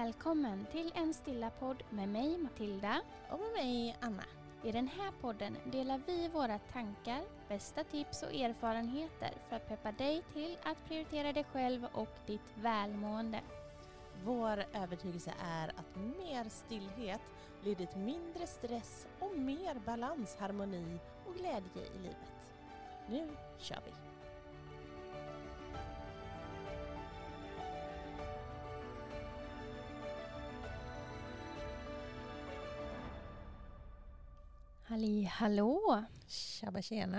Välkommen till en stilla podd med mig Matilda och med mig Anna. I den här podden delar vi våra tankar, bästa tips och erfarenheter för att peppa dig till att prioritera dig själv och ditt välmående. Vår övertygelse är att mer stillhet leder till mindre stress och mer balans, harmoni och glädje i livet. Nu kör vi! Hallå! Tjabba tjena!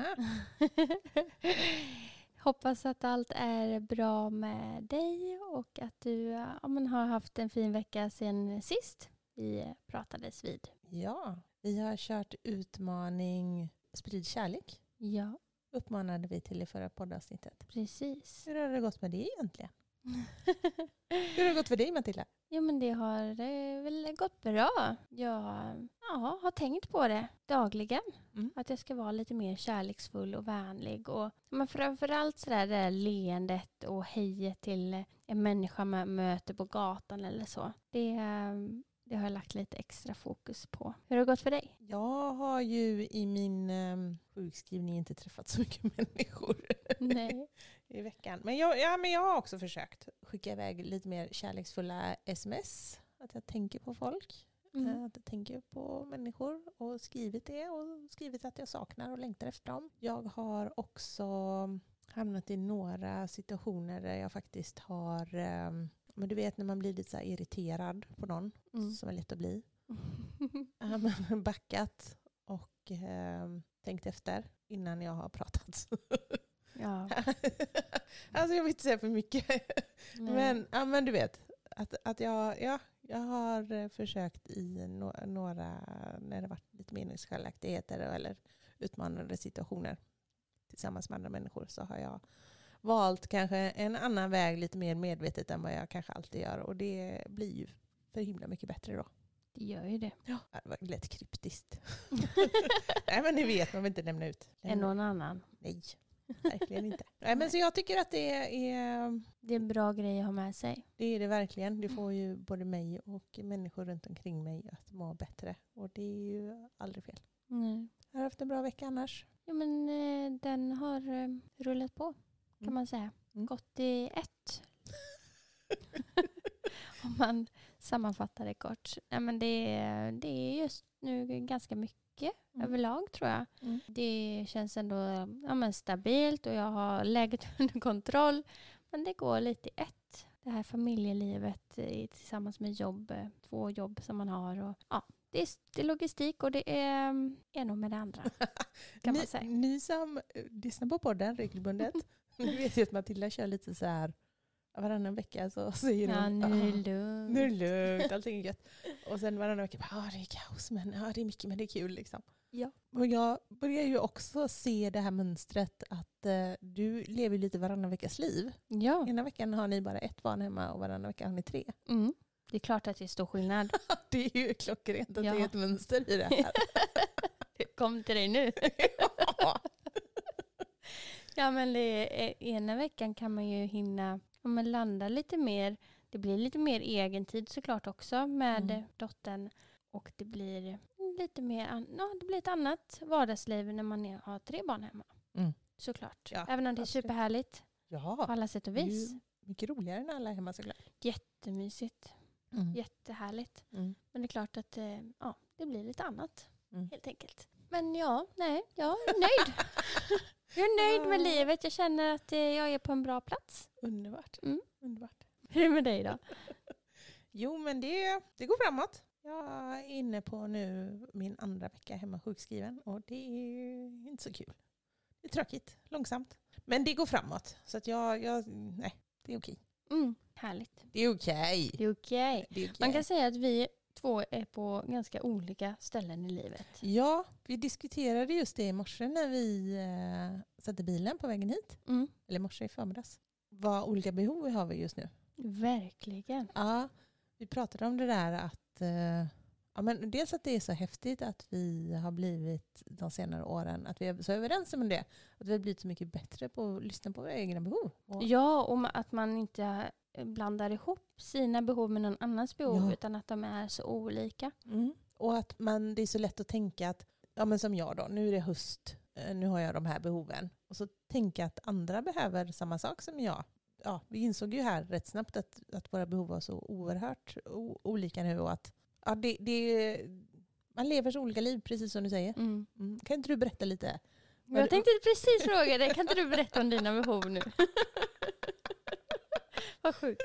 Hoppas att allt är bra med dig och att du har haft en fin vecka sedan sist vi pratades vid. Ja, vi har kört utmaning Sprid kärlek. Ja. Uppmanade vi till i förra poddavsnittet. Precis. Hur har det gått med det egentligen? Hur har det gått för dig, Matilda? Ja, men det har väl gått bra. Jag har tänkt på det dagligen. Att jag ska vara lite mer kärleksfull och vänlig. Men framförallt sådär det leendet och hejet till en människa man möter på gatan eller så. Det har jag lagt lite extra fokus på. Hur har det gått för dig? Jag har ju i min sjukskrivning inte träffat så mycket människor. Nej. I veckan. Men jag har också försökt skicka iväg lite mer kärleksfulla sms. Att jag tänker på folk. Att jag tänker på människor. Och skrivit det. Och skrivit att jag saknar och längtar efter dem. Jag har också hamnat i några situationer där jag faktiskt har... men du vet när man blir lite så här irriterad på någon. Som är lätt att bli. Backat. Och tänkt efter innan jag har pratat. Ja. Alltså jag vill inte säga för mycket. Men du vet att jag har försökt i några när det varit lite meningsskiljaktigheter eller utmanande situationer tillsammans med andra människor, så har jag valt kanske en annan väg lite mer medvetet än vad jag kanske alltid gör, och det blir ju för himla mycket bättre då. Det gör ju det. Ja, det var lätt kryptiskt. Nej, men ni vet, man vill inte lämna ut. Än någon annan. Nej. Verkligen inte. Nej, men så jag tycker att det är en bra grej att ha med sig. Det är det verkligen. Det får ju både mig och människor runt omkring mig att må bättre. Och det är ju aldrig fel. Nej. Jag har haft en bra vecka annars. Ja, men den har rullat på, kan man säga. Gått i ett. Om man sammanfattar det kort. Ja, men det är just nu ganska mycket överlag, tror jag. Det känns ändå stabilt och jag har läget under kontroll. Men det går lite i ett. Det här familjelivet tillsammans med jobb, 2 jobb som man har. Och, det är logistik och det är nog med det andra, kan man säga. Ni som lyssnar på podden regelbundet, ni vet ju att Matilda kör lite så här varannan vecka så säger hon nu är det lugnt. Nu är det lugnt, allting är gött. Och sen varannan vecka, det är kaos, men det är mycket, men det är kul liksom. Ja. Och jag börjar ju också se det här mönstret att du lever lite varannan veckas liv. Ja. Ena veckan har ni bara 1 barn hemma och varannan vecka har ni 3. Det är klart att det är stor skillnad. Det är ju klockrent att det är ett mönster i det här. Kom till dig nu. Ja. Ja, men ena veckan kan man ju hinna landa lite mer. Det blir lite mer egentid såklart också med dottern. Och det blir lite mer, det blir ett annat vardagsliv när man har 3 barn hemma. Såklart. Ja, även om det är superhärligt. Ja. På alla sätt och vis. Mycket roligare än alla hemma såklart. Jättemysigt. Jättehärligt. Men det är klart att det blir lite annat. Helt enkelt. Men jag är nöjd. Jag är nöjd med livet. Jag känner att jag är på en bra plats. Underbart. Underbart. Hur är det med dig då? Jo, men det går framåt. Jag är inne på nu min 2:a vecka hemma sjukskriven. Och det är inte så kul. Det är tråkigt. Långsamt. Men det går framåt. Så att det är okej. Härligt. Det är okej. Det är okej. Man kan säga att vi 2 är på ganska olika ställen i livet. Ja, vi diskuterade just det i morse när vi satte bilen på vägen hit. Eller morse i förmiddags. Vad olika behov vi har just nu. Verkligen. Ja, vi pratade om det där att men dels att det är så häftigt att vi har blivit de senare åren, att vi är så överens om det. Att vi har blivit så mycket bättre på att lyssna på våra egna behov. Ja, och att man inte blandar ihop sina behov med någon annans behov, Ja. utan att de är så olika. Och att det är så lätt att tänka att, ja men som jag då, nu är det höst, nu har jag de här behoven. Och så tänka att andra behöver samma sak som jag. Ja, vi insåg ju här rätt snabbt att våra behov var så oerhört olika nu. Och att man lever så olika liv, precis som du säger. Kan inte du berätta lite? Jag tänkte precis fråga dig, kan inte du berätta om dina behov nu? Vad sjukt.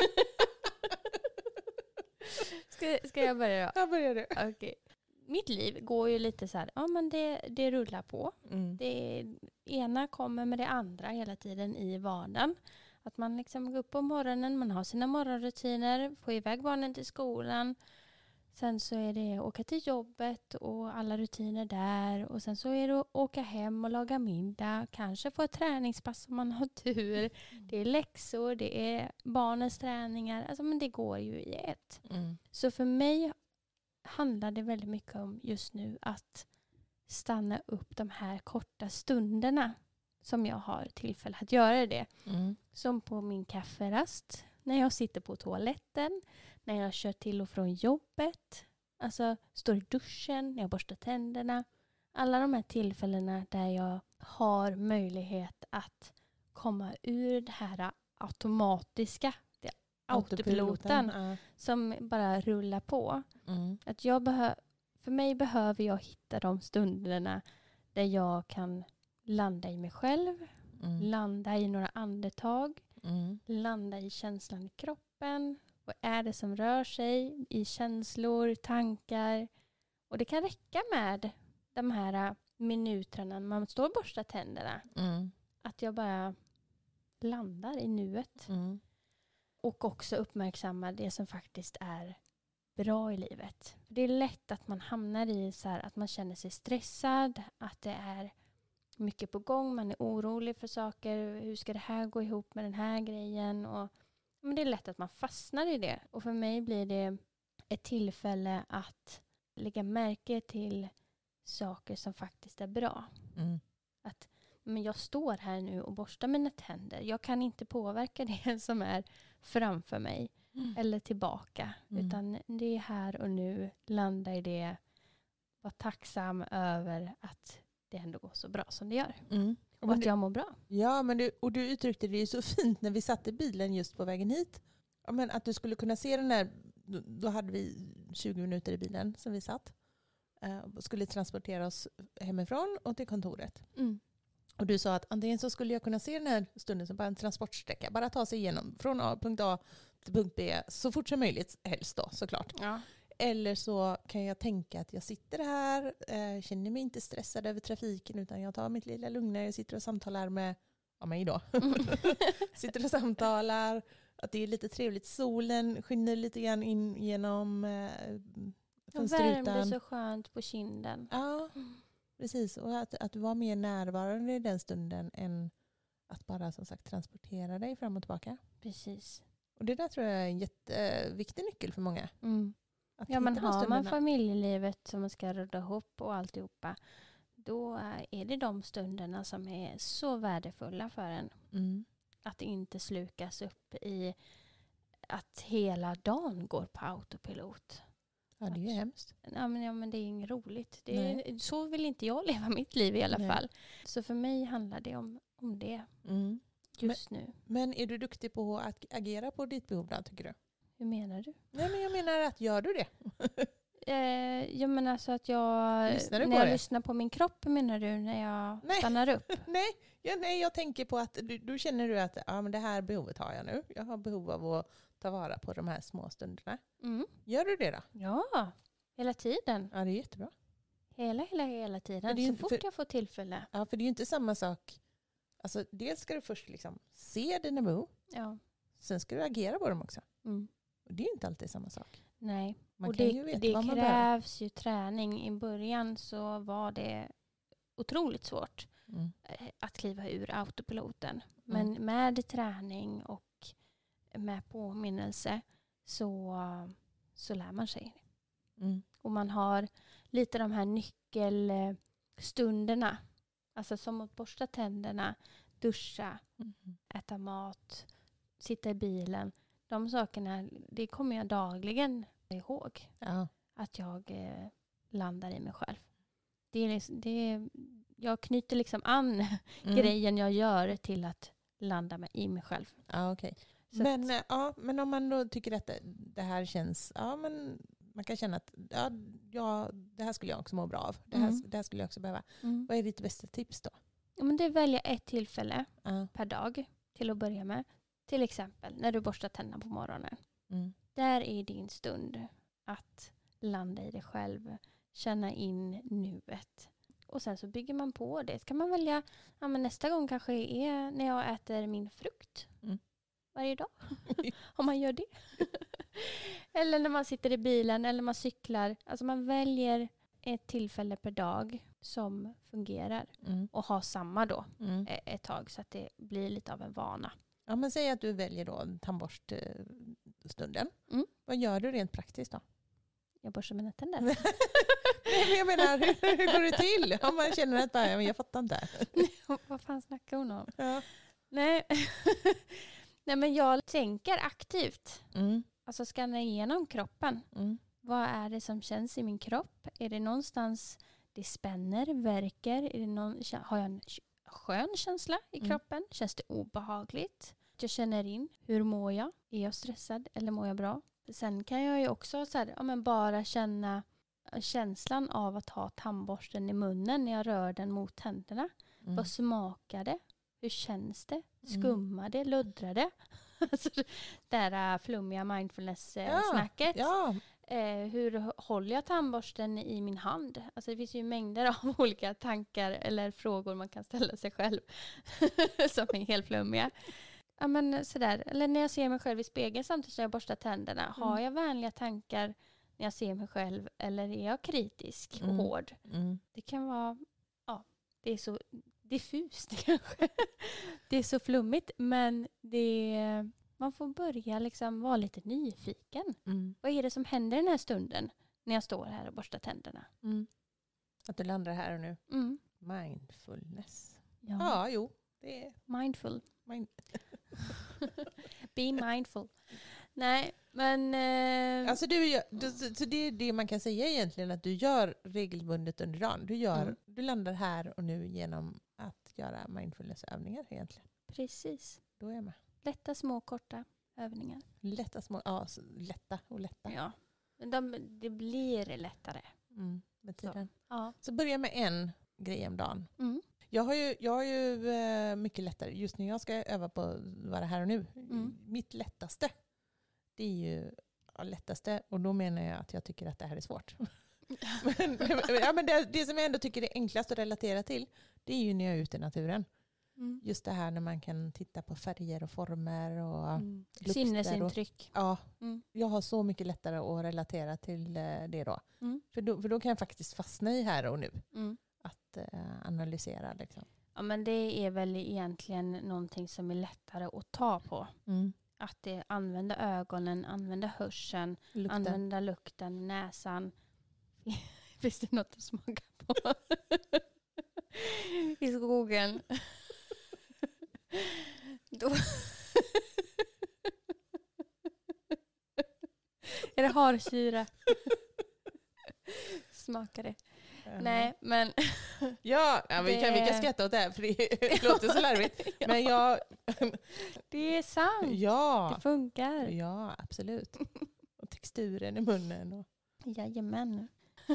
Ska jag börja då? Jag börjar du. Okej. Mitt liv går ju lite så här, ja men det rullar på. Det ena kommer med det andra hela tiden i vardagen. Att man liksom går upp på morgonen, man har sina morgonrutiner, får iväg barnen till skolan. Sen så är det åka till jobbet och alla rutiner där. Och sen så är det att åka hem och laga middag. Kanske få ett träningspass om man har tur. Det är läxor, det är barnens träningar. Alltså, men det går ju i ett. Så för mig handlar det väldigt mycket om just nu att stanna upp de här korta stunderna som jag har tillfälle att göra det. Som på min kafferast, när jag sitter på toaletten, när jag kör till och från jobbet, alltså står i duschen, när jag borstar tänderna. Alla de här tillfällena där jag har möjlighet att komma ur det här automatiska, autopiloten som bara rullar på. Att för mig behöver jag hitta de stunderna där jag kan landa i mig själv, landa i några andetag, landa i känslan i kroppen. Vad är det som rör sig i känslor, tankar? Och det kan räcka med de här minuterna när man står och borstar tänderna. Att jag bara landar i nuet. Och också uppmärksamma det som faktiskt är bra i livet. Det är lätt att man hamnar i så här att man känner sig stressad, att det är mycket på gång, man är orolig för saker. Hur ska det här gå ihop med den här grejen? Men det är lätt att man fastnar i det. Och för mig blir det ett tillfälle att lägga märke till saker som faktiskt är bra. Men jag står här nu och borstar mina tänder. Jag kan inte påverka det som är framför mig. Eller tillbaka. Utan det är här och nu. Landa i det. Var tacksam över att det ändå går så bra som det gör. Och att jag mår bra. Ja, men du uttryckte det ju så fint när vi satt i bilen just på vägen hit. Ja, men att du skulle kunna se den här, då hade vi 20 minuter i bilen som vi satt. Skulle transportera oss hemifrån och till kontoret. Och du sa att antingen så skulle jag kunna se den här stunden som bara en transportsträcka. Bara ta sig igenom från punkt A till punkt B så fort som möjligt, helst då såklart. Ja. Eller så kan jag tänka att jag sitter här, känner mig inte stressad över trafiken utan jag tar mitt lilla lugna. Jag sitter och samtalar med mig då. Sitter och samtalar. Att det är lite trevligt. Solen skiner lite grann in genom fönsterrutan. Värmde så skönt på kinden. Ja, precis. Och att vara mer närvarande i den stunden än att bara som sagt transportera dig fram och tillbaka. Precis. Och det där tror jag är en jätteviktig nyckel för många. Ja, men har man familjelivet som man ska röra ihop och alltihopa, då är det de stunderna som är så värdefulla för en. Att inte slukas upp i att hela dagen går på autopilot. Ja, det är ju hemskt. Ja, men det är inget roligt. Så vill inte jag leva mitt liv i alla fall. Så för mig handlar det om det just nu. Men är du duktig på att agera på ditt behov då, tycker du? Hur menar du? Nej, men jag menar att gör du det? Jag menar alltså att jag... När jag lyssnar på min kropp, menar du, när jag stannar upp? Nej, jag tänker på att du känner du att men det här behovet har jag nu. Jag har behov av att ta vara på de här små stunderna. Gör du det då? Ja, hela tiden. Ja, det är jättebra. Hela tiden. Så fort jag får tillfälle. Ja, för det är ju inte samma sak. Alltså, dels ska du först liksom se dina behov. Ja. Sen ska du agera på dem också. Och det är inte alltid samma sak. Nej. Man och kan ju veta det vad man krävs ju träning. I början så var det otroligt svårt att kliva ur autopiloten. Men med träning och med påminnelse så lär man sig. Och man har lite de här nyckelstunderna. Alltså som att borsta tänderna, duscha, äta mat, sitta i bilen. De sakerna, det kommer jag dagligen ihåg. Ja. Att jag landar i mig själv. Jag knyter liksom an grejen jag gör till att landa i mig själv. Ja, okej. Men om man då tycker att det här känns... Ja, men man kan känna att det här skulle jag också må bra av. Det här skulle jag också behöva. Vad är ditt bästa tips då? Ja, men det är att välja ett tillfälle per dag till att börja med. Till exempel när du borstar tänderna på morgonen. Där är din stund att landa i dig själv. Känna in nuet. Och sen så bygger man på det. Ska man välja, men nästa gång kanske är när jag äter min frukt. Varje dag. Om man gör det. Eller när man sitter i bilen eller man cyklar. Alltså man väljer ett tillfälle per dag som fungerar. Och har samma då ett tag så att det blir lite av en vana. Ja, men säg att du väljer då tandborststunden. Vad gör du rent praktiskt då? Jag borstar mina tänder. Nej, men jag menar, hur går det till? Om man känner att jag fattar inte. Vad fan snackar hon om? Ja. Nej. Nej, men jag tänker aktivt. Alltså skanna igenom kroppen. Vad är det som känns i min kropp? Är det någonstans det spänner, värker? Har jag en skön känsla i kroppen? Känns det obehagligt? Jag känner in, hur mår jag? Är jag stressad eller mår jag bra? Sen kan jag ju också bara känna känslan av att ha tandborsten i munnen när jag rör den mot tänderna. Vad smakar det? Hur känns det? Skummar det? Luddrar det? Alltså, det där flummiga mindfulness-snacket. Ja. Hur håller jag tandborsten i min hand? Alltså det finns ju mängder av olika tankar eller frågor man kan ställa sig själv som är helt flummiga. Ja, men sådär. Eller när jag ser mig själv i spegeln samtidigt som jag borstar tänderna. Har jag vänliga tankar när jag ser mig själv eller är jag kritisk och hård? Det kan vara, det är så diffust kanske. Det är så flummigt, men man får börja liksom vara lite nyfiken. Vad är det som händer i den här stunden när jag står här och borstar tänderna? Att du landar här och nu. Mindfulness. Det är... Mindful. Be mindful. Nej, men... Alltså så det är det man kan säga egentligen att du gör regelbundet under dagen. Du landar här och nu genom att göra mindfulnessövningar egentligen. Precis. Då är jag med. Lätta, små, korta övningar. Lätta och lätta. Ja, det blir lättare. Med tiden. Ja. Så börja med en grej om dagen. Jag har ju mycket lättare. Just när jag ska öva på att vara här och nu. Mitt lättaste. Det är ju lättaste. Och då menar jag att jag tycker att det här är svårt. men det som jag ändå tycker är enklast att relatera till. Det är ju när jag är ute i naturen. Just det här när man kan titta på färger och former. Och sinnesintryck. Jag har så mycket lättare att relatera till det då. För då kan jag faktiskt fastna i här och nu. Att analysera liksom. Ja, men det är väl egentligen någonting som är lättare att ta på. Att använda ögonen, använda hörseln, använda lukten, näsan. Finns det något att smaka på? I skogen. Då är det harsyra? Smakar det? Nej, men... vi kan skratta åt det här för det låter så larvigt. Men det är sant. Ja. Det funkar. Ja, absolut. Och texturen i munnen. Och... Jajamän.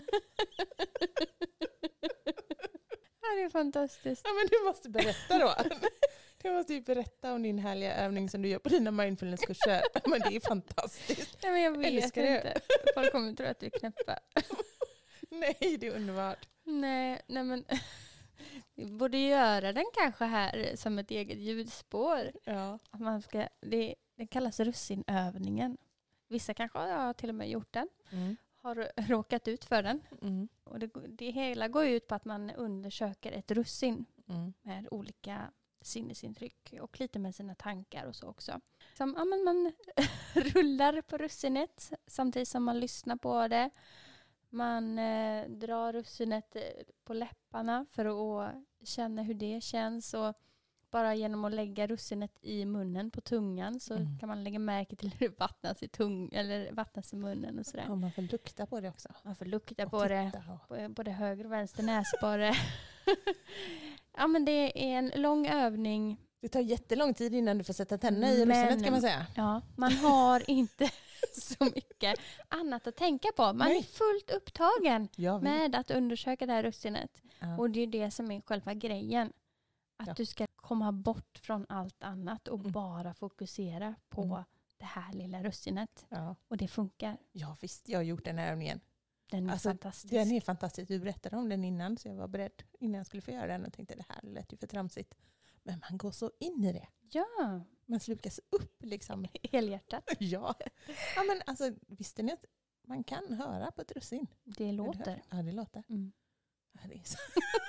Det är fantastiskt. Ja, men du måste berätta då. Du måste ju berätta om din härliga övning som du gör på dina mindfulnesskurser. Men det är fantastiskt. Nej, men jag vet inte. Folk kommer tro att du är knäppa. Nej, det är underbart. Nej men vi borde göra den kanske här som ett eget ljudspår. Ja. Att man ska, det kallas russinövningen. Vissa kanske har till och med gjort den. Har råkat ut för den. Och det hela går ut på att man undersöker ett russin med olika sinnesintryck och lite med sina tankar och så också. Som, man rullar på russinet samtidigt som man lyssnar på det. Man drar russinet på läpparna för att känna hur det känns och bara genom att lägga russinet i munnen på tungan så kan man lägga märke till hur det vattnas eller vattnas i munnen och sådär. Ja, man får lukta på det också. Man får lukta på det. Både höger och vänster näsborre. Ja, men det är en lång övning. Det tar jättelång tid innan du får sätta tänderna i russinet kan man säga. Ja, man har inte så mycket annat att tänka på. Man är fullt upptagen med att undersöka det här russinet. Ja. Och det är det som är själva grejen. Att du ska komma bort från allt annat och bara fokusera på det här lilla russinet. Ja. Och det funkar. Ja visst, jag har gjort den här övningen. Den är fantastisk. Den är fantastisk. Du berättade om den innan så jag var beredd innan jag skulle få göra den och tänkte det här lät ju för tramsigt. Men man går så in i det. Ja. Man slukas upp liksom. Helhjärtat. Ja. Ja men alltså visste ni att man kan höra på ett russin? Det låter. Ja det låter. Ja, det är så.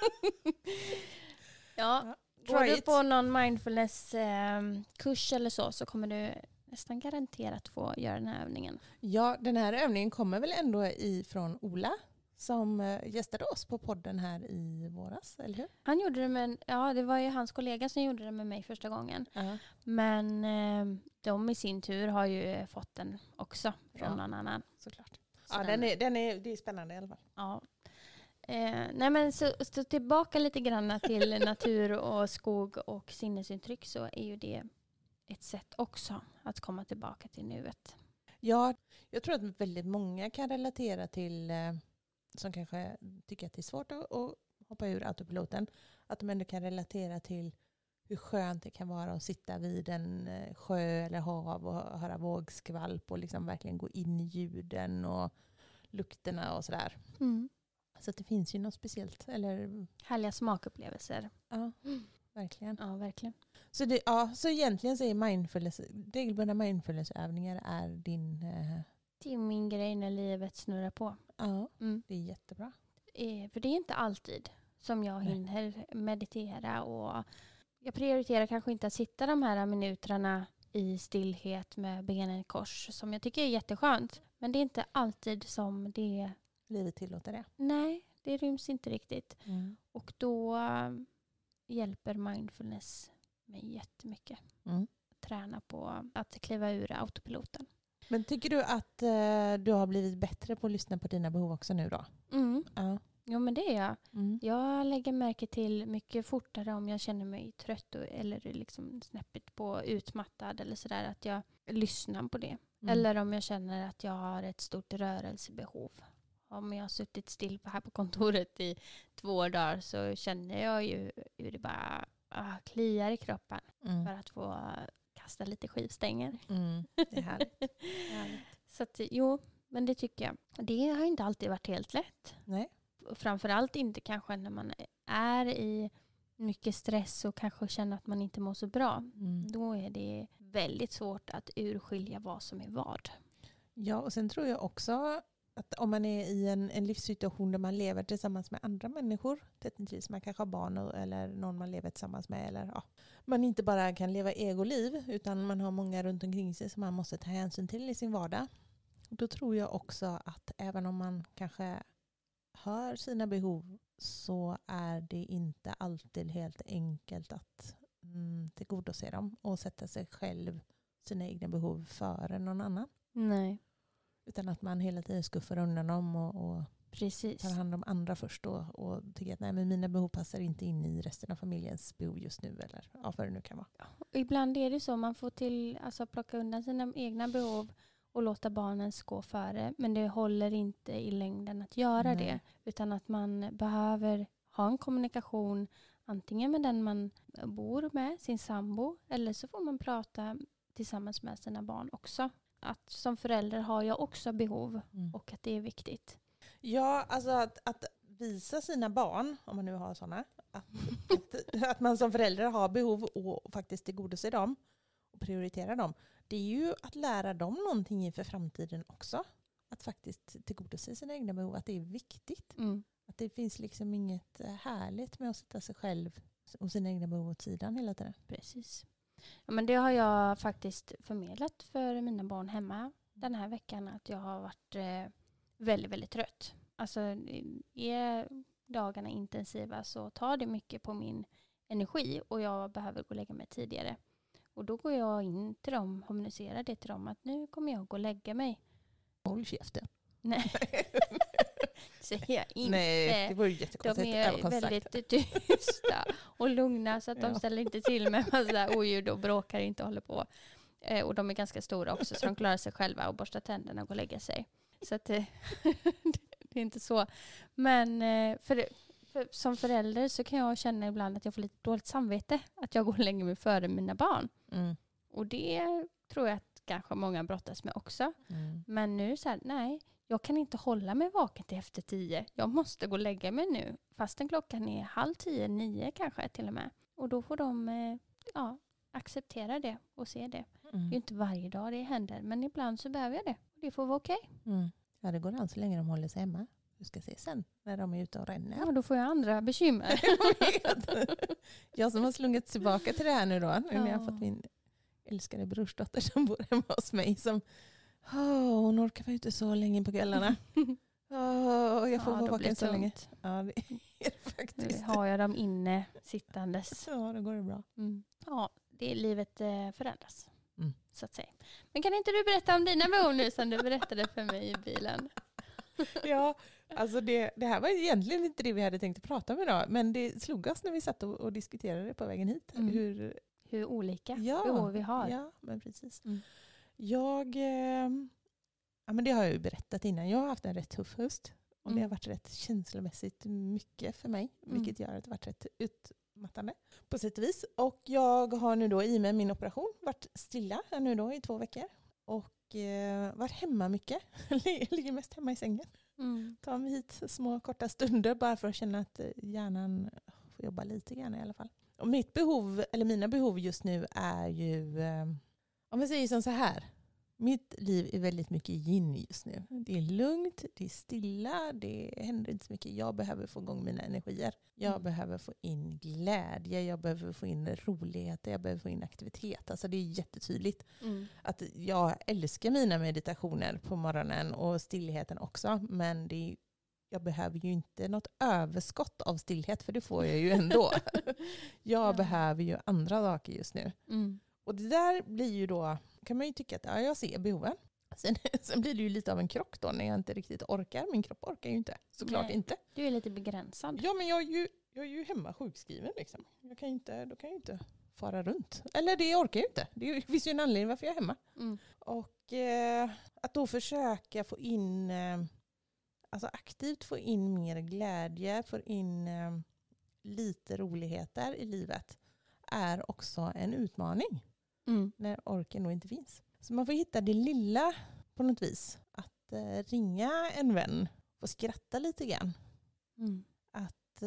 Ja. Går du på någon mindfulness-kurs eller så kommer du nästan garanterat få göra den här övningen. Ja, den här övningen kommer väl ändå ifrån Ola som gästade oss på podden här i våras, eller hur? Han gjorde det det var ju hans kollega som gjorde det med mig första gången. Men de i sin tur har ju fått den också från någon annan. Såklart. Så det är spännande i alla fall. Ja. Nej men så tillbaka lite grann till natur och skog och sinnesintryck så är ju det ett sätt också att komma tillbaka till nuet. Ja, jag tror att väldigt många kan relatera till som kanske tycker att det är svårt att hoppa ur autopiloten. Att de ändå kan relatera till hur skönt det kan vara att sitta vid en sjö eller hav och höra vågskvalp och liksom verkligen gå in i ljuden och lukterna och sådär. Så att det finns ju något speciellt. Eller härliga smakupplevelser. Ja, verkligen. Ja, verkligen. Så egentligen så är regelbundna mindfulnessövningar är din... Det är min grej när livet snurrar på. Ja, det är jättebra. För det är inte alltid som jag hinner meditera. Och jag prioriterar kanske inte att sitta de här minuterna i stillhet med benen i kors. Som jag tycker är jätteskönt. Men det är inte alltid som det... Livet tillåter det. Nej, det ryms inte riktigt. Och då hjälper mindfulness mig jättemycket. Träna på att kliva ur autopiloten. Men tycker du att du har blivit bättre på att lyssna på dina behov också nu då? Ja, men det är jag. Jag lägger märke till mycket fortare om jag känner mig trött eller liksom snäppigt på utmattad eller sådär att jag lyssnar på det. Eller om jag känner att jag har ett stort rörelsebehov. Om jag har suttit still här på kontoret i 2 dagar så känner jag ju hur det bara kliar i kroppen för att få kasta lite skivstänger. Det är härligt. Så att, men det tycker jag. Det har inte alltid varit helt lätt. Nej. Framförallt inte kanske när man är i mycket stress och kanske känner att man inte mår så bra. Då är det väldigt svårt att urskilja vad som är vad. Ja, och sen tror jag också att om man är i en livssituation där man lever tillsammans med andra människor, tättvis man kanske har barn eller någon man lever tillsammans med, eller man inte bara kan leva egoliv utan man har många runt omkring sig som man måste ta hänsyn till i sin vardag. Då tror jag också att även om man kanske hör sina behov så är det inte alltid helt enkelt att tillgodose dem och sätta sig själv, sina egna behov före någon annan. Nej. Utan att man hela tiden skuffar undan dem och Precis. tar hand om andra först och tycker att nej, men mina behov passar inte in i resten av familjens behov just nu. Eller vad det nu kan vara. Ja. Ibland är det så. Man får plocka undan sina egna behov och låta barnen gå före. Men det håller inte i längden att göra det. Utan att man behöver ha en kommunikation antingen med den man bor med, sin sambo. Eller så får man prata tillsammans med sina barn också. Att som förälder har jag också behov och att det är viktigt. Ja, alltså att visa sina barn, om man nu har sådana, att man som förälder har behov och faktiskt tillgodose dem och prioritera dem. Det är ju att lära dem någonting inför framtiden också. Att faktiskt tillgodose sina egna behov, att det är viktigt. Att det finns liksom inget härligt med att sätta sig själv och sina egna behov åt sidan hela tiden. Precis. Ja, men det har jag faktiskt förmedlat för mina barn hemma den här veckan. Att jag har varit väldigt, väldigt trött. Alltså är dagarna intensiva så tar det mycket på min energi och jag behöver gå och lägga mig tidigare. Och då går jag in till dem, kommunicerar det till dem att nu kommer jag gå och lägga mig. Håll käften. Nej, säger jag inte. Nej, det var ju jättekonstigt. De är väldigt tysta och lugna så att de ställer inte till med massa oljud och bråkar inte och håller på. Och de är ganska stora också så de klarar sig själva och borstar tänderna och går och lägga sig. Så att det är inte så. Men som förälder så kan jag känna ibland att jag får lite dåligt samvete. Att jag går och lägger mig före mina barn. Mm. Och det tror jag att kanske många brottas med också. Mm. Men nu så här, nej. Jag kan inte hålla mig vaken till efter 10. Jag måste gå och lägga mig nu. Fastän klockan är 8:30, 9 kanske till och med. Och då får de acceptera det och se det. Det är ju inte varje dag det händer. Men ibland så behöver jag det. Och det får vara okej. Mm. Ja, det går an så länge de håller sig hemma. Du ska se sen när de är ute och ränner. Ja, då får jag andra bekymmer. Jag som har slungit tillbaka till det här nu då. När jag har fått min älskade brorsdotter som bor hemma hos mig. Som hon orkar vara ute så länge på kvällarna. Jag får vara vaken så länge. Ja, det är det faktiskt. Nu har jag dem inne sittandes. Ja, då går det bra. Mm. Ja, livet förändras. Så att säga. Men kan inte du berätta om dina behov nu som du berättade för mig i bilen? Ja, alltså det här var egentligen inte det vi hade tänkt att prata om idag. Men det slog oss när vi satt och diskuterade det på vägen hit. Hur olika behov vi har. Ja, men precis. Men det har jag ju berättat innan. Jag har haft en rätt tuff höst. Och det har varit rätt känslomässigt mycket för mig. Vilket gör att det har varit rätt utmattande på sätt och vis. Och jag har nu då i med min operation varit stilla nu då i 2 veckor. Och varit hemma mycket. Ligger mest hemma i sängen. Tar mig hit små korta stunder bara för att känna att hjärnan får jobba lite grann i alla fall. Och mina behov just nu är ju, om vi säger som så här. Mitt liv är väldigt mycket yin just nu. Det är lugnt, det är stilla, det händer inte så mycket. Jag behöver få igång mina energier. Jag behöver få in glädje, jag behöver få in roligheter, jag behöver få in aktivitet. Alltså det är jättetydligt att jag älskar mina meditationer på morgonen och stillheten också. Men jag behöver ju inte något överskott av stillhet för det får jag ju ändå. Jag behöver ju andra saker just nu. Och det där blir ju då, kan man ju tycka att jag ser behoven. Sen blir det ju lite av en krock då när jag inte riktigt orkar. Min kropp orkar ju inte, såklart inte. Du är lite begränsad. Ja, men jag är ju hemma sjukskriven liksom. Då kan jag inte fara runt. Eller det orkar jag inte. Det finns ju en anledning varför jag är hemma. Och att då försöka få in, alltså aktivt få in mer glädje, få in lite roligheter i livet är också en utmaning. När orken då inte finns. Så man får hitta det lilla på något vis. Att ringa en vän och skratta lite grann. Att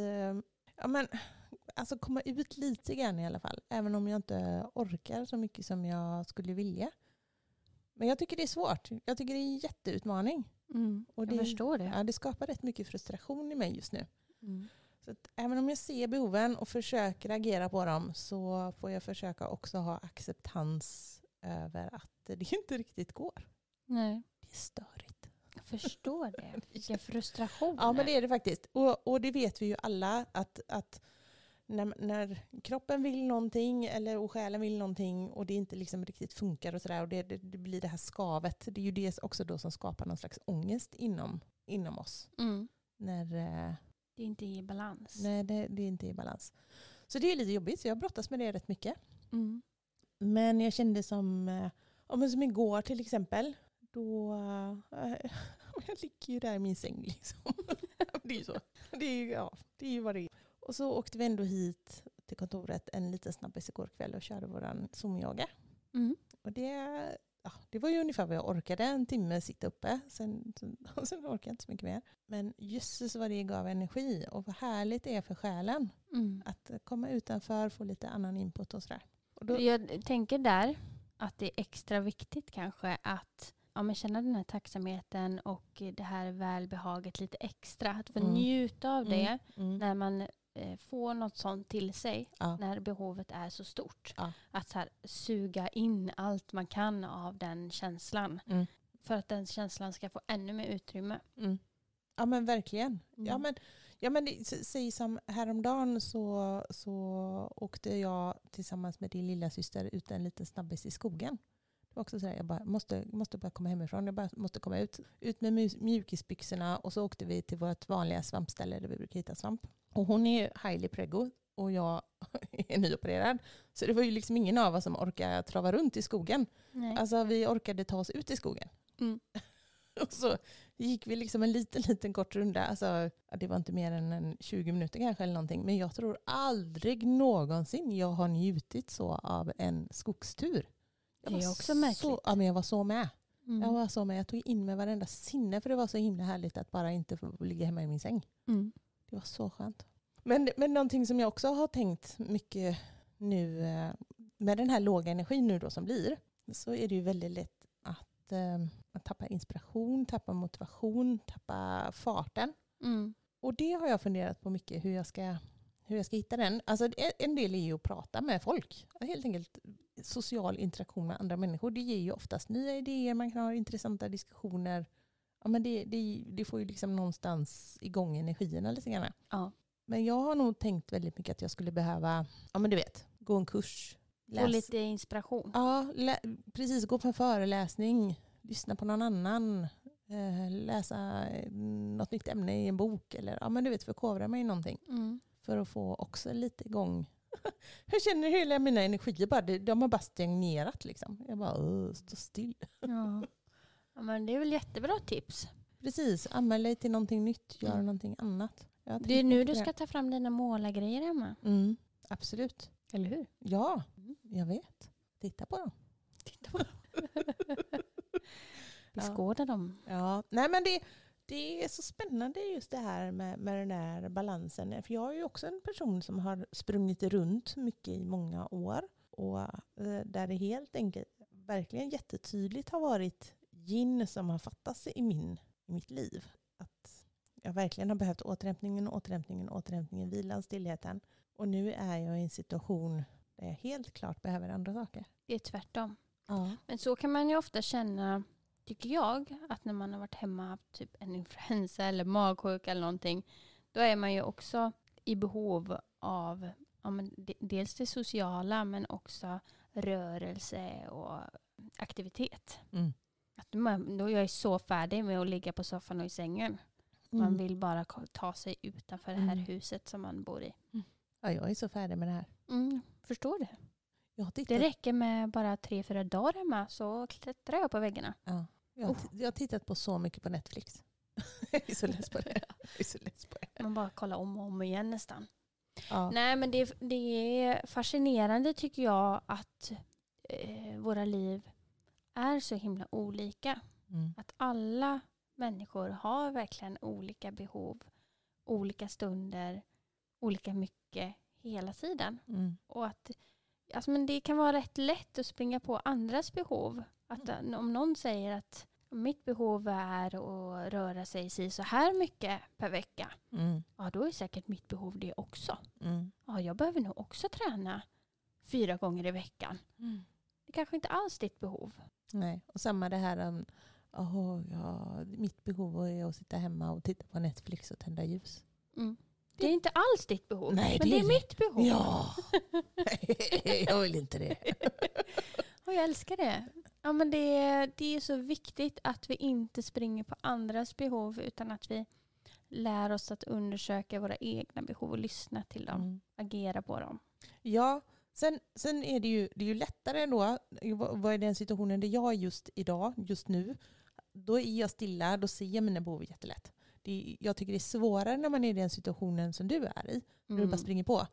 alltså komma ut lite grann i alla fall. Även om jag inte orkar så mycket som jag skulle vilja. Men jag tycker det är svårt. Jag tycker det är en jätteutmaning. Och jag förstår det. Ja, det skapar rätt mycket frustration i mig just nu. Så att även om jag ser behoven och försöker agera på dem så får jag försöka också ha acceptans över att det inte riktigt går. Nej. Det är störigt. Jag förstår det. Vilken frustration. Ja, men det är det faktiskt. Och det vet vi ju alla att när kroppen vill någonting och själen vill någonting och det inte liksom riktigt funkar och sådär och det blir det här skavet. Det är ju det också då som skapar någon slags ångest inom oss. När det inte är i balans. Nej, det är inte i balans. Så det är lite jobbigt. Så jag brottas med det rätt mycket. Men jag kände som igår till exempel. Då jag ligger ju där i min säng liksom. Det är ju så. Det är ju vad det är. Och så åkte vi ändå hit till kontoret en liten snabbis igår kväll och körde våran Zoom-yoga. Och det var ju ungefär vad jag orkade. En timme sitta uppe. Sen orkade jag inte så mycket mer. Men jösses vad det gav energi. Och vad härligt det är för själen. Att komma utanför, få lite annan input och sådär. Och då, jag tänker där att det är extra viktigt kanske att känna den här tacksamheten och det här välbehaget lite extra. Att få njuta av det när man få något sånt till sig när behovet är så stort. Att så här, suga in allt man kan av den känslan. För att den känslan ska få ännu mer utrymme. Ja men verkligen. Ja, men Ja, men säg som häromdagen så åkte jag tillsammans med din lilla syster ut en liten snabbis i skogen. Det var också så här, jag bara måste bara komma hemifrån. Jag bara måste komma ut med mjukisbyxorna, och så åkte vi till vårt vanliga svampställe där vi brukar hitta svamp. Och hon är highly preggo och jag är nyopererad. Så det var ju liksom ingen av oss som orkade trava runt i skogen. Nej. Alltså vi orkade ta oss ut i skogen. Mm. Och så gick vi liksom en liten kort runda. Alltså, det var inte mer än 20 minuter kanske eller någonting. Men jag tror aldrig någonsin jag har njutit så av en skogstur. Det är också märkligt. Ja, men jag var så med. Mm. Jag var så med. Jag tog in med varenda sinne, för det var så himla härligt att bara inte få ligga hemma i min säng. Mm. Det var så skönt. Men någonting som jag också har tänkt mycket nu med den här låga energin nu då som blir, så är det ju väldigt lätt att tappa inspiration, tappa motivation, tappa farten. Mm. Och det har jag funderat på mycket, hur jag ska hitta den. Alltså en del är ju att prata med folk. Helt enkelt social interaktion med andra människor. Det ger ju oftast nya idéer, man kan ha intressanta diskussioner. Ja, men det får ju liksom någonstans igång energierna lite grann. Ja. Men jag har nog tänkt väldigt mycket att jag skulle behöva, ja men du vet, gå en kurs. Få lite inspiration. Ja, precis. Gå på en föreläsning, lyssna på någon annan, läsa något nytt ämne i en bok. Eller ja, men du vet, förkovra mig i någonting. Mm. För att få också lite igång. Jag känner hela mina energier, de har bara stagnerat liksom. Jag bara, stå still. Ja. Ja, men det är väl jättebra tips. Precis, anmäl dig till någonting nytt, gör någonting annat. Det är nu du ska ta fram dina målargrejer hemma. Mm, absolut. Eller hur? Ja, jag vet. Titta på dem. Beskåda dem. Ja, nej men det är så spännande just det här med den här balansen. För jag är ju också en person som har sprungit runt mycket i många år. Och där det helt enkelt verkligen jättetydligt har varit yin som har fattats i mitt liv. Att jag verkligen har behövt återhämtningen, vilan, stillheten. Och nu är jag i en situation där jag helt klart behöver andra saker. Det är tvärtom. Ja. Men så kan man ju ofta känna, tycker jag, att när man har varit hemma och haft typ en influensa eller magsjuka eller någonting, då är man ju också i behov av dels det sociala men också rörelse och aktivitet. Mm. Då jag är så färdig med att ligga på soffan och i sängen. Man vill bara ta sig utanför det här huset som man bor i. Ja, jag är så färdig med det här. Förstår det. Det räcker med bara 3-4 dagar hemma så klättrar jag på väggarna. Ja. Jag har tittat på så mycket på Netflix. Jag är så less på det. Man bara kollar om och om igen nästan. Ja. Nej, men det är fascinerande tycker jag att våra liv är så himla olika. Att alla människor har verkligen olika behov, olika stunder, olika mycket hela tiden. Och att men det kan vara rätt lätt att springa på andras behov. Att om någon säger att mitt behov är att röra sig så här mycket per vecka. Ja, då är säkert mitt behov det också. Ja, jag behöver nog också träna 4 gånger i veckan. Det kanske inte alls ditt behov. Nej, och samma det här mitt behov är att sitta hemma och titta på Netflix och tända ljus. Det är inte alls ditt behov. Nej, men det är mitt behov. Ja, jag vill inte det. Och jag älskar det. Ja, men det är så viktigt att vi inte springer på andras behov utan att vi lär oss att undersöka våra egna behov och lyssna till dem. Agera på dem. Ja, sen är det ju lättare då. Vad är den situationen där jag är just nu? Då är jag stilla, då ser jag mina behov jättelätt. Jag tycker det är svårare när man är i den situationen som du är i. När du bara springer på.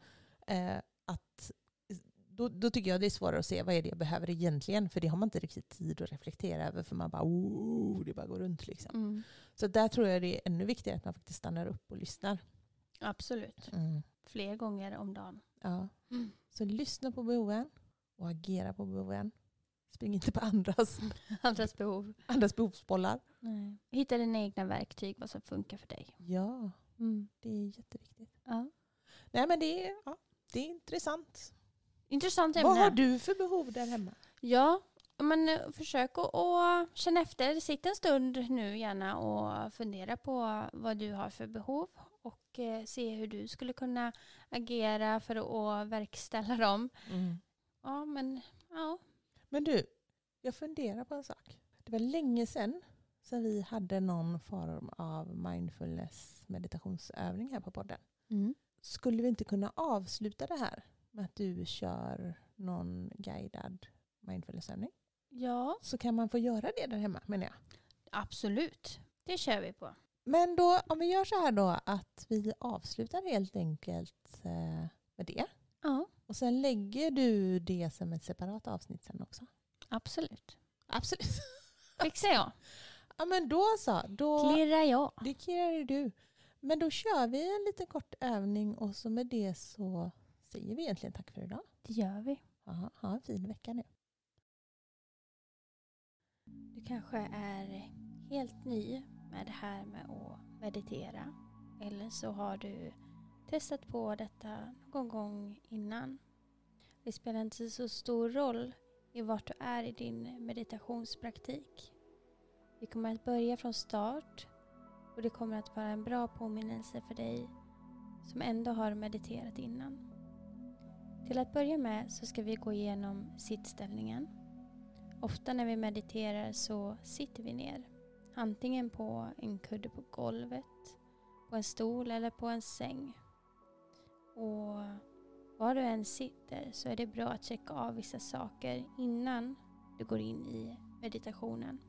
Då tycker jag det är svårare att se vad är det jag behöver egentligen. För det har man inte riktigt tid att reflektera över. För man bara, det bara går runt liksom. Så där tror jag det är ännu viktigare att man faktiskt stannar upp och lyssnar. Absolut. Fler gånger om dagen. Ja. Så lyssna på behoven och agera på behoven. Spring inte på andras behov. Andras behovsbollar. Nej. Hitta dina egna verktyg, vad som funkar för dig. Ja, det är jätteviktigt. Ja. Nej, men det är intressant. Intressant ämne. Vad har du för behov där hemma? Ja, Men försök att känna efter. Sitt en stund nu gärna och fundera på vad du har för behov. Och se hur du skulle kunna agera för att verkställa dem. Ja. Men du, jag funderar på en sak. Det var länge sedan vi hade någon form av mindfulness meditationsövning här på podden. Skulle vi inte kunna avsluta det här med att du kör någon guidad mindfulnessövning? Ja. Så kan man få göra det där hemma, menar jag. Absolut. Det kör vi på. Men då, om vi gör så här då, att vi avslutar helt enkelt med det. Ja. Och sen lägger du det som ett separat avsnitt sen också. Absolut. Absolut. Fixar jag. Ja, men då så. Klirrar jag. Det klirrar du. Men då kör vi en liten kort övning och så med det så säger vi egentligen tack för idag. Det gör vi. Ja, ha en fin vecka nu. Du kanske är helt ny med det här med att meditera. Eller så har du testat på detta någon gång innan. Det spelar inte så stor roll i vart du är i din meditationspraktik. Vi kommer att börja från start och det kommer att vara en bra påminnelse för dig som ändå har mediterat innan. Till att börja med så ska vi gå igenom sittställningen. Ofta när vi mediterar så sitter vi ner. Antingen på en kudde på golvet, på en stol eller på en säng. Och var du än sitter så är det bra att checka av vissa saker innan du går in i meditationen.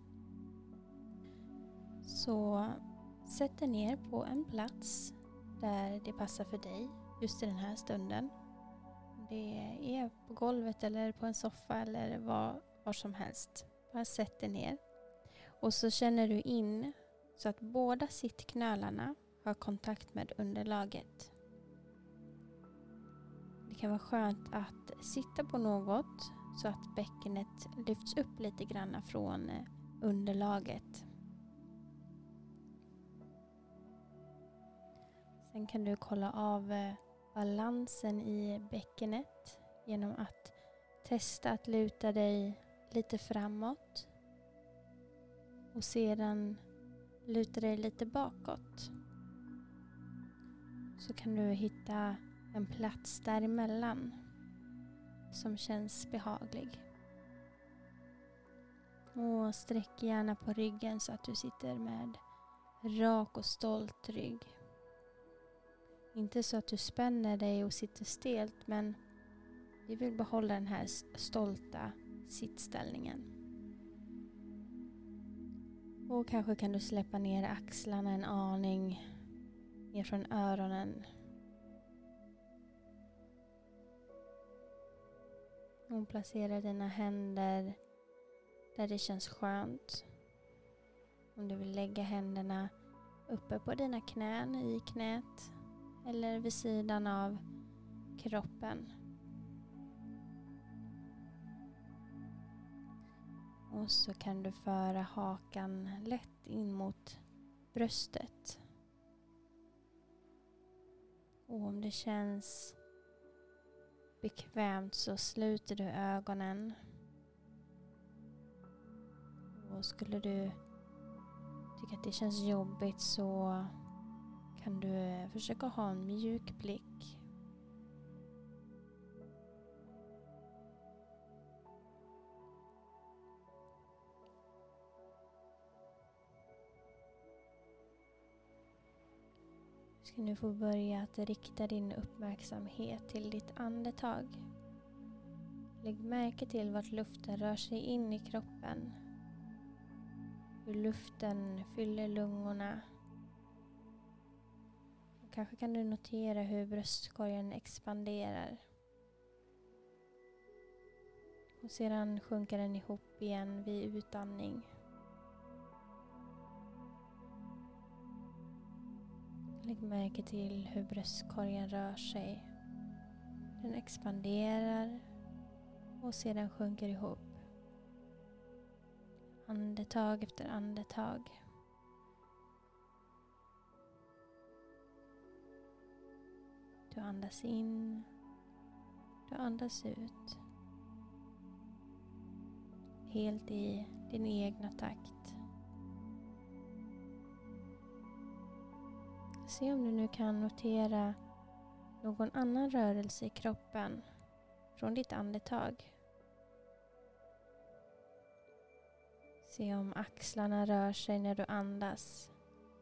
Så sätt dig ner på en plats där det passar för dig just i den här stunden. Det är på golvet eller på en soffa eller var som helst. Bara sätt dig ner. Och så känner du in så att båda sittknölarna har kontakt med underlaget. Det kan vara skönt att sitta på något så att bäckenet lyfts upp lite grann från underlaget. Sen kan du kolla av balansen i bäckenet genom att testa att luta dig lite framåt och sedan luta dig lite bakåt. Så kan du hitta en plats däremellan som känns behaglig. Och sträck gärna på ryggen så att du sitter med rak och stolt rygg. Inte så att du spänner dig och sitter stelt, men vi vill behålla den här stolta sittställningen. Och kanske kan du släppa ner axlarna en aning ner från öronen. Och placera dina händer där det känns skönt. Om du vill lägga händerna uppe på dina knän, i knät eller vid sidan av kroppen. Och så kan du föra hakan lätt in mot bröstet. Och om det känns bekvämt så sluter du ögonen. Och skulle du tycka att det känns jobbigt så kan du försöka ha en mjuk blick. Du ska nu få börja att rikta din uppmärksamhet till ditt andetag. Lägg märke till vart luften rör sig in i kroppen. Hur luften fyller lungorna. Och kanske kan du notera hur bröstkorgen expanderar. Och sedan sjunker den ihop igen vid utandning. Lägg märke till hur bröstkorgen rör sig. Den expanderar och sedan sjunker ihop. Andetag efter andetag. Du andas in. Du andas ut. helt i din egna takt. Se om du nu kan notera någon annan rörelse i kroppen från ditt andetag. Se om axlarna rör sig när du andas.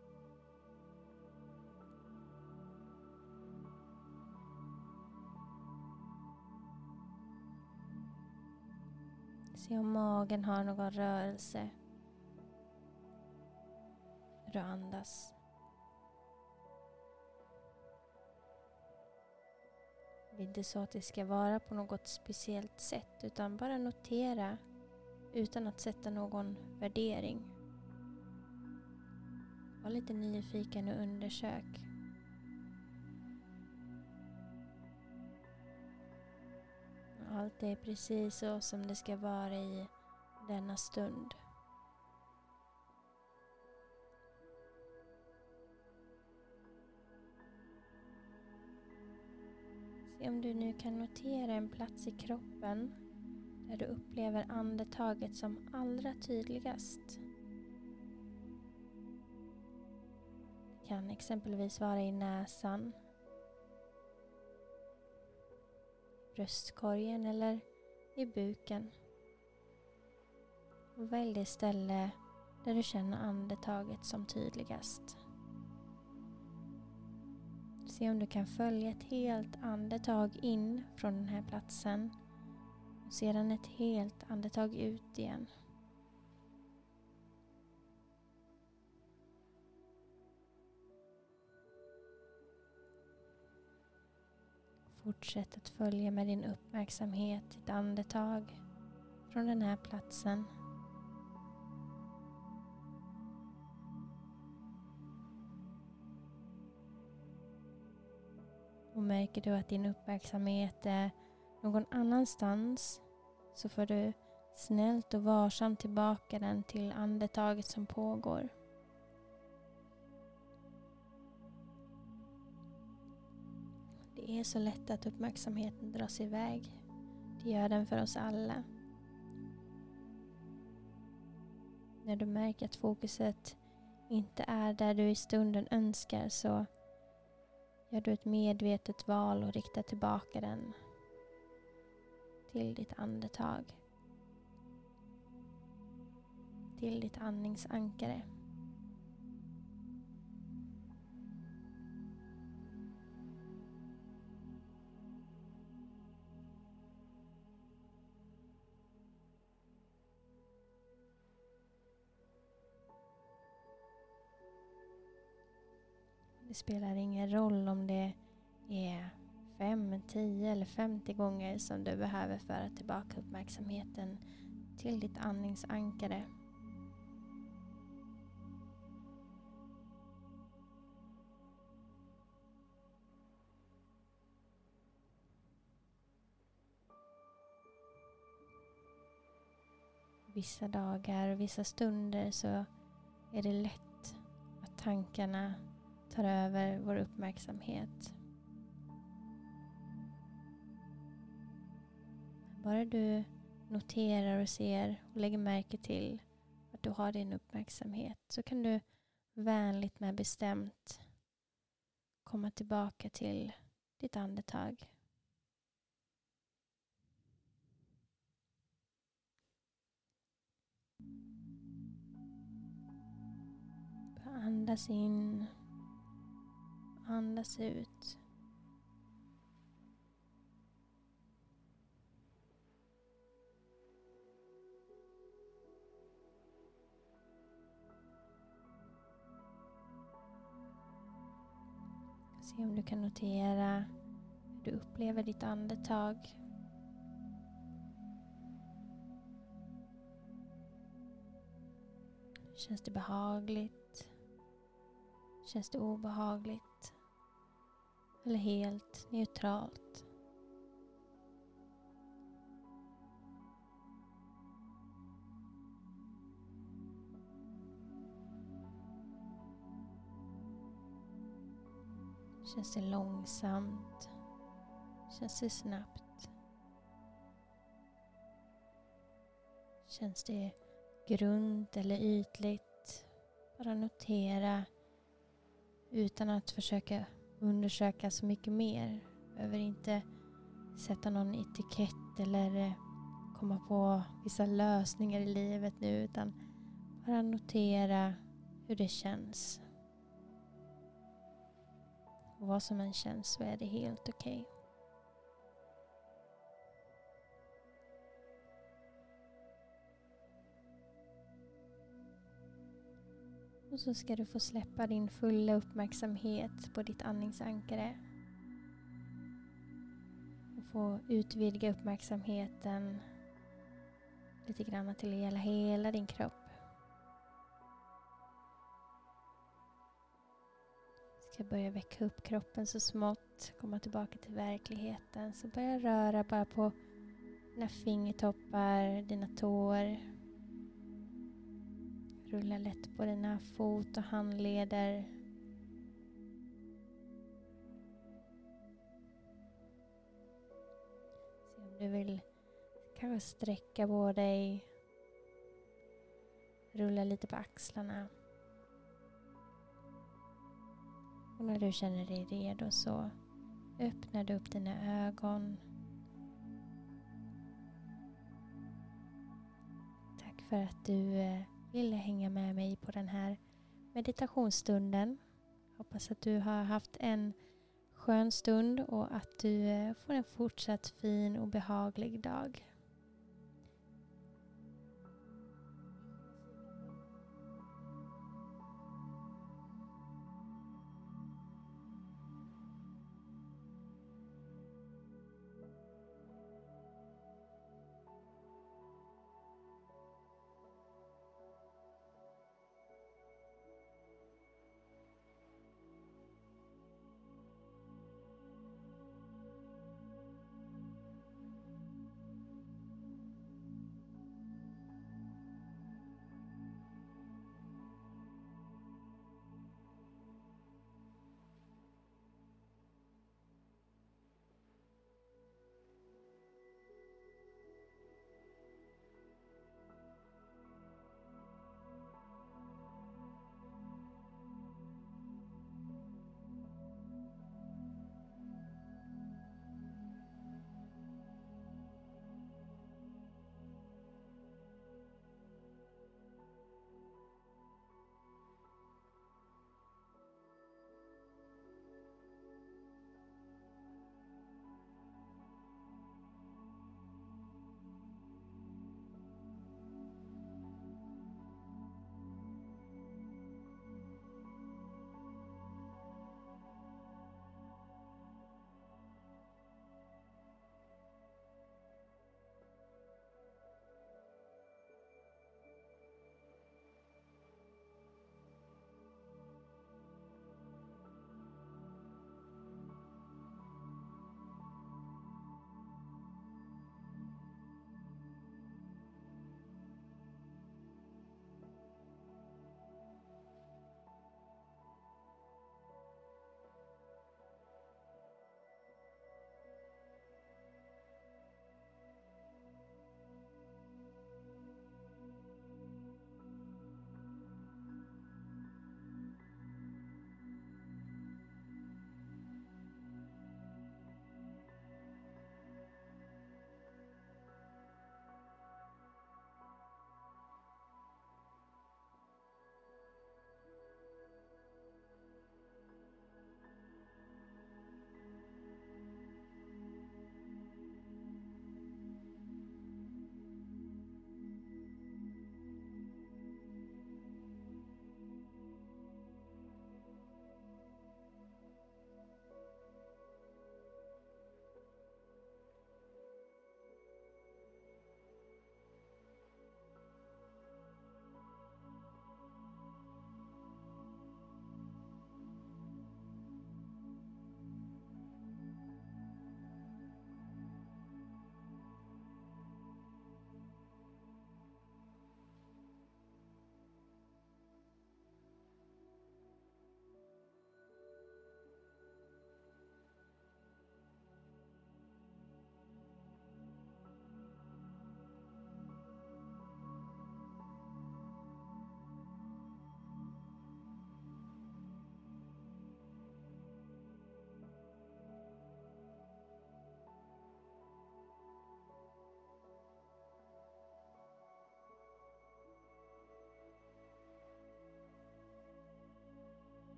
Se om magen har någon rörelse när du andas. Det är inte så att det ska vara på något speciellt sätt, utan bara notera utan att sätta någon värdering. Var lite nyfiken och undersök. Allt är precis så som det ska vara i denna stund. Se om du nu kan notera en plats i kroppen där du upplever andetaget som allra tydligast. Det kan exempelvis vara i näsan, bröstkorgen eller i buken. Och välj det ställe där du känner andetaget som tydligast. Se om du kan följa ett helt andetag in från den här platsen och sedan ett helt andetag ut igen. Fortsätt att följa med din uppmärksamhet ditt andetag från den här platsen. Och märker du att din uppmärksamhet är någon annanstans, så får du snällt och varsamt tillbaka den till andetaget som pågår. Det är så lätt att uppmärksamheten dras iväg. Det gör den för oss alla. När du märker att fokuset inte är där du i stunden önskar, så gör du ett medvetet val och riktar tillbaka den till ditt andetag. Till ditt andningsankare. Det spelar ingen roll om det är 5, 10 eller 50 gånger som du behöver föra tillbaka uppmärksamheten till ditt andningsankare. Vissa dagar och vissa stunder så är det lätt att tankarna tar över vår uppmärksamhet. Bara du noterar och ser och lägger märke till att du har din uppmärksamhet, så kan du vänligt men bestämt komma tillbaka till ditt andetag. Bara andas in, andas ut. Se om du kan notera hur du upplever ditt andetag. Känns det behagligt? Känns det obehagligt? Eller helt neutralt? Känns det långsamt? Känns det snabbt? Känns det grunt eller ytligt? Bara notera utan att försöka undersöka så mycket mer. Behöver inte sätta någon etikett eller komma på vissa lösningar i livet nu, utan bara notera hur det känns. Och vad som än känns så är det helt okej. Och så ska du få släppa din fulla uppmärksamhet på ditt andningsankare. Och få utvidga uppmärksamheten lite grann till att gälla hela din kropp. Ska börja väcka upp kroppen så smått. Komma tillbaka till verkligheten. Så börja röra bara på dina fingertoppar, dina tår. Rulla lätt på dina fot- och handleder. Se om du vill kanske sträcka på dig. Rulla lite på axlarna. Och när du känner dig redo så öppnar du upp dina ögon. Tack för att du ville hänga med mig på den här meditationsstunden. Hoppas att du har haft en skön stund och att du får en fortsatt fin och behaglig dag.